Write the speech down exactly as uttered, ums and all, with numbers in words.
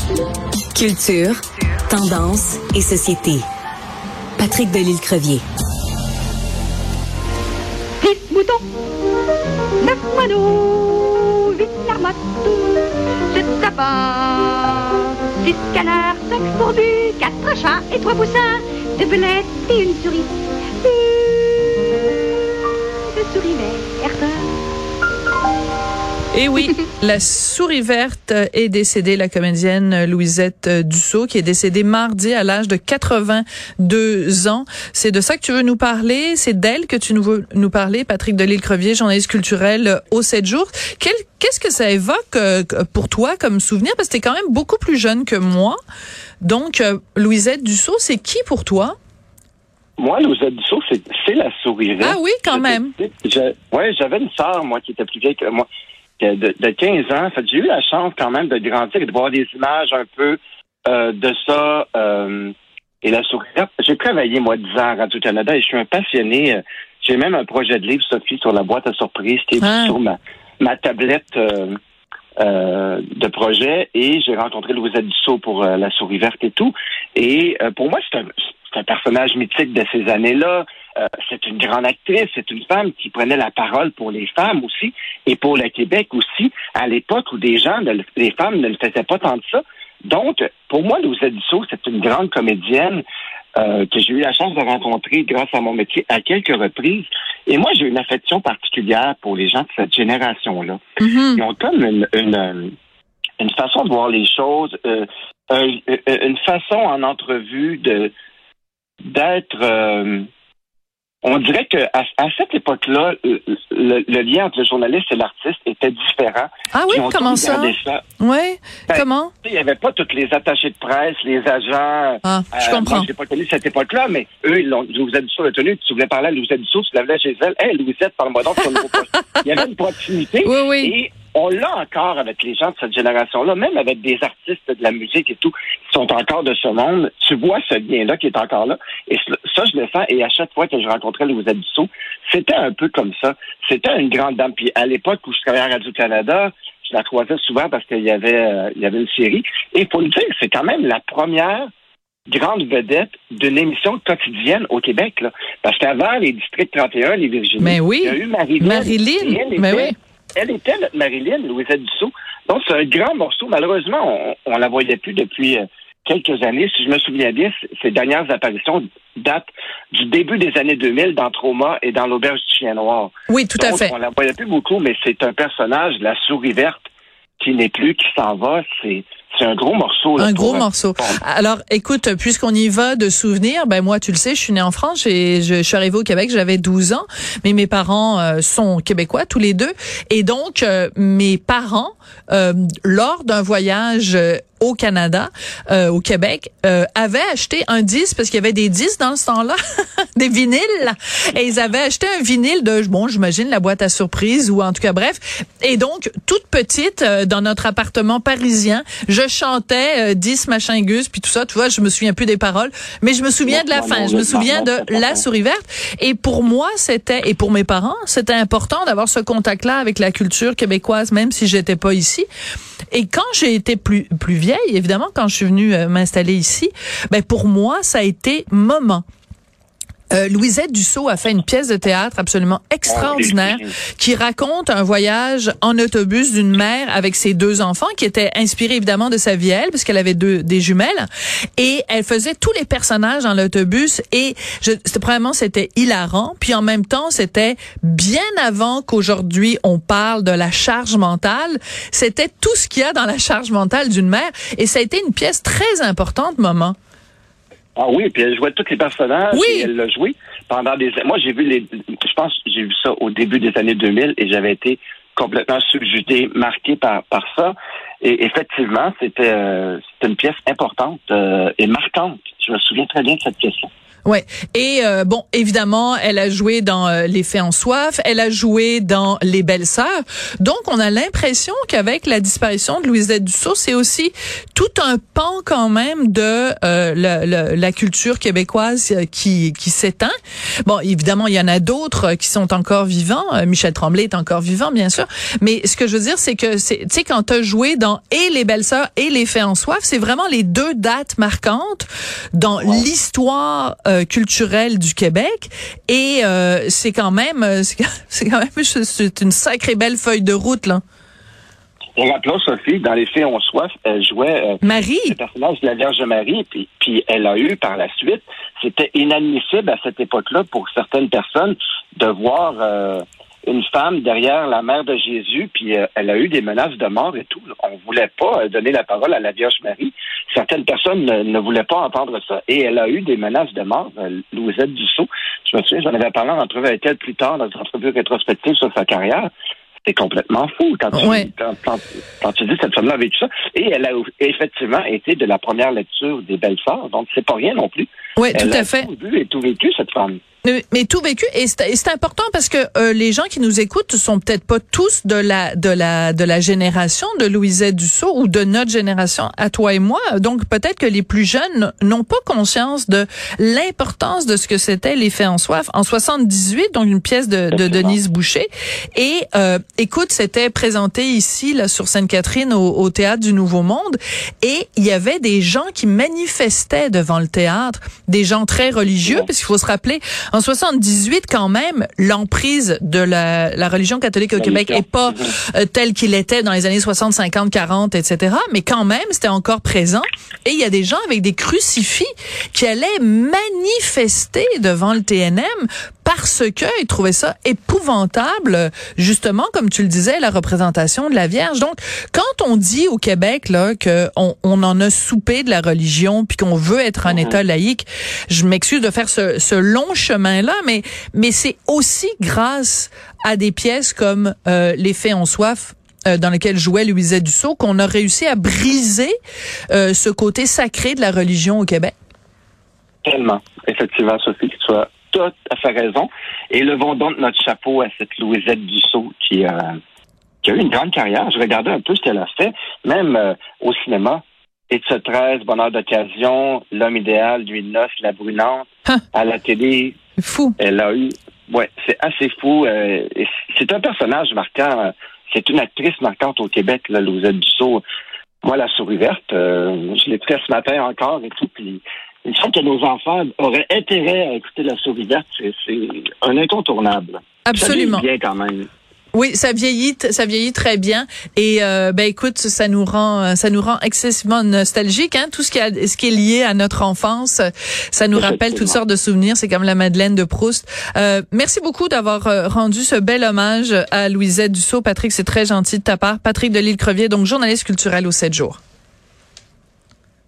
Culture, tendance et société. Patrick Delisle-Crevier. Six moutons, neuf moineaux, huit marmottes, sept sapins, six canards, cinq fourbus, quatre chats et trois poussins, deux belettes et une souris. Une souris verte. Et oui, la souris verte est décédée, la comédienne Louisette Dussault, qui est décédée mardi à l'âge de quatre-vingt-deux ans. C'est de ça que tu veux nous parler, c'est d'elle que tu nous veux nous parler, Patrick Delisle-Crevier, journaliste culturel au sept jours. Quel, qu'est-ce que ça évoque euh, pour toi comme souvenir? Parce que t'es quand même beaucoup plus jeune que moi. Donc, euh, Louisette Dussault, c'est qui pour toi? Moi, Louisette Dussault, c'est, c'est la souris verte. Ah oui, quand même. Oui, j'avais une sœur, moi, qui était plus vieille que moi. De, de quinze ans. En fait, j'ai eu la chance quand même de grandir et de voir des images un peu euh, de ça. Euh, et la souris verte. J'ai travaillé, moi, dix ans à Radio-Canada et je suis un passionné. Euh, j'ai même un projet de livre, Sophie, sur la boîte à surprise qui est ah. sur ma, ma tablette euh, euh, de projet. Et j'ai rencontré Louisette Dussault pour euh, la souris verte et tout. Et euh, pour moi, c'est un, c'est un personnage mythique de ces années-là. Euh, c'est une grande actrice, c'est une femme qui prenait la parole pour les femmes aussi et pour le Québec aussi, à l'époque où des gens, les femmes ne le faisaient pas tant de ça. Donc, pour moi, Louisette Dussault, c'est une grande comédienne euh, que j'ai eu la chance de rencontrer grâce à mon métier à quelques reprises. Et moi, j'ai une affection particulière pour les gens de cette génération-là. Mm-hmm. Ils ont comme une, une, une façon de voir les choses, euh, une, une façon en entrevue de d'être... Euh, on dirait que à, à cette époque-là, le, le, le lien entre le journaliste et l'artiste était différent. Ah oui, comment ça? ça. Oui, ben, comment? Il n'y avait pas tous les attachés de presse, les agents. Ah, je euh, comprends. Moi, je n'ai pas connu cette époque-là, mais eux, ils l'ont, Louisette Dussault l'a tenu. Tu voulais parler à Louisette Dussault, tu l'avais chez elle. Hey, Louisette, parle-moi donc de ton nouveau poste. Il y avait une proximité. Oui, oui. Et on l'a encore avec les gens de cette génération-là, même avec des artistes de la musique et tout, qui sont encore de ce monde. Tu vois ce lien-là qui est encore là. Et ça, je le sens. Et à chaque fois que je rencontrais Louisette Dussault, c'était un peu comme ça. C'était une grande dame. Puis à l'époque où je travaillais à Radio-Canada, je la croisais souvent parce qu'il y avait, euh, il y avait une série. Et il faut le dire, c'est quand même la première grande vedette d'une émission quotidienne au Québec, là. Parce qu'avant les districts trente et un, les Virginie, mais oui. il y a eu Marilyn. Marilyn, mais oui. Elle était notre Marilyn, Louisette Dussault. Donc, c'est un grand morceau. Malheureusement, on ne la voyait plus depuis euh, quelques années. Si je me souviens bien, ses dernières apparitions datent du début des années deux mille dans Trauma et dans L'Auberge du Chien Noir. Oui, tout Donc, à fait. On ne la voyait plus beaucoup, mais c'est un personnage, la souris verte, qui n'est plus, qui s'en va. C'est... C'est un gros morceau. Là, un gros un... morceau. Alors, écoute, puisqu'on y va de souvenirs, ben moi, tu le sais, je suis née en France, j'ai, je, je suis arrivée au Québec, j'avais douze ans, mais mes parents euh, sont québécois, tous les deux. Et donc, euh, mes parents, euh, lors d'un voyage euh, au Canada, euh, au Québec, euh, avaient acheté un disque, parce qu'il y avait des disques dans ce temps-là, des vinyles, et ils avaient acheté un vinyle de, bon, j'imagine, la boîte à surprise, ou en tout cas, bref. Et donc, toute petite, euh, dans notre appartement parisien, je chantais euh, dix machin gus puis tout ça, tu vois, je me souviens plus des paroles, mais je me souviens de la fin, je me souviens de La souris verte. Et pour moi, c'était, et pour mes parents, c'était important d'avoir ce contact-là avec la culture québécoise, même si j'étais pas ici. Et quand j'ai été plus plus vieille, évidemment, quand je suis venue euh, m'installer ici, ben pour moi, ça a été moment. Euh, Louisette Dussault a fait une pièce de théâtre absolument extraordinaire qui raconte un voyage en autobus d'une mère avec ses deux enfants qui était inspiré évidemment de sa vie elle parce qu'elle avait deux des jumelles et elle faisait tous les personnages dans l'autobus et je c'était probablement c'était hilarant puis en même temps c'était bien avant qu'aujourd'hui on parle de la charge mentale, c'était tout ce qu'il y a dans la charge mentale d'une mère et ça a été une pièce très importante moment. Ah oui, puis elle jouait tous les personnages oui. et elle l'a joué pendant des... Moi, j'ai vu les... Je pense que j'ai vu ça au début des années deux mille et j'avais été complètement subjugué, marqué par, par ça. Et effectivement, c'était, euh, c'était une pièce importante euh, et marquante. Je me souviens très bien de cette pièce-là. Ouais. Et euh, bon, évidemment, elle a joué dans euh, Les Fées en soif, elle a joué dans Les Belles-Sœurs. Donc, on a l'impression qu'avec la disparition de Louisette Dussault, c'est aussi tout un pan quand même de euh, la, la, la culture québécoise qui qui s'éteint. Bon, évidemment, il y en a d'autres qui sont encore vivants. Euh, Michel Tremblay est encore vivant, bien sûr. Mais ce que je veux dire, c'est que c'est, tu sais, quand tu as joué dans et Les Belles-Sœurs et Les Fées en soif, c'est vraiment les deux dates marquantes dans ouais. l'histoire euh, culturelle du Québec. Et euh, c'est quand même, c'est, c'est quand même, c'est une sacrée belle feuille de route là. Et rappelons, Sophie, dans Les Fées ont soif, elle jouait euh, Marie. le personnage de la Vierge Marie, puis, puis elle a eu par la suite, c'était inadmissible à cette époque-là pour certaines personnes de voir euh, une femme derrière la mère de Jésus, puis euh, elle a eu des menaces de mort et tout. On voulait pas euh, donner la parole à la Vierge Marie. Certaines personnes ne, ne voulaient pas entendre ça, et elle a eu des menaces de mort, euh, Louisette Dussault. Je me souviens, j'en avais parlé en entrevue avec elle plus tard, dans une entrevue rétrospective sur sa carrière. C'est complètement fou quand tu, ouais. quand, quand, quand tu dis que cette femme-là a vécu ça. Et elle a effectivement été de la première lecture des Belles-Sœurs, donc c'est pas rien non plus. Oui, tout à fait. Elle a tout vu et tout vécu, cette femme. Mais, mais tout vécu, et c'est, et c'est important parce que euh, les gens qui nous écoutent sont peut-être pas tous de la de la de la génération de Louisette Dussault ou de notre génération à toi et moi. Donc peut-être que les plus jeunes n'ont pas conscience de l'importance de ce que c'était Les Fées en soif en soixante-dix-huit, donc une pièce de, de Denise Boucher. Et euh, écoute, c'était présenté ici là sur Sainte-Catherine au, au théâtre du Nouveau Monde, et il y avait des gens qui manifestaient devant le théâtre, des gens très religieux, ouais. parce qu'il faut se rappeler. En soixante-dix-huit, quand même, l'emprise de la, la religion catholique au Québec est pas euh, telle qu'il était dans les années soixante, cinquante, quarante, et cetera. Mais quand même, c'était encore présent. Et il y a des gens avec des crucifix qui allaient manifester devant le T N M parce qu'ils trouvaient ça épouvantable, justement, comme tu le disais, la représentation de la Vierge. Donc, quand on dit au Québec là qu'on on en a soupé de la religion puis qu'on veut être un mmh. État laïque, je m'excuse de faire ce, ce long chemin-là, mais mais c'est aussi grâce à des pièces comme euh, Les Fées en soif, euh, dans lesquelles jouait Louisette Dussault, qu'on a réussi à briser euh, ce côté sacré de la religion au Québec. Tellement, effectivement, Sophie, que tu as tout à fait raison. Et levons donc notre chapeau à cette Louisette Dussault qui, euh, qui a eu une grande carrière. Je regardais un peu ce qu'elle a fait, même euh, au cinéma. Et de treize, Bonheur d'occasion, L'homme idéal, Nuit de noces, La brunante, hein? À la télé. Fou. Elle a eu, ouais, c'est assez fou. Euh, et c'est un personnage marquant. Euh, c'est une actrice marquante au Québec, là, Louisette Dussault. Moi, La souris verte, euh, je l'ai fait ce matin encore et tout, puis il semble que nos enfants auraient intérêt à écouter La souris verte. C'est, c'est un incontournable. Absolument. Ça vieillit bien quand même. Oui, ça vieillit, ça vieillit très bien. Et euh, ben écoute, ça nous rend, ça nous rend excessivement nostalgique. Hein, tout ce qui, a, ce qui est lié à notre enfance, ça nous rappelle toutes sortes de souvenirs. C'est comme la Madeleine de Proust. Euh, merci beaucoup d'avoir rendu ce bel hommage à Louisette Dussault. Patrick, c'est très gentil de ta part. Patrick Delisle-Crevier, donc journaliste culturel au sept jours.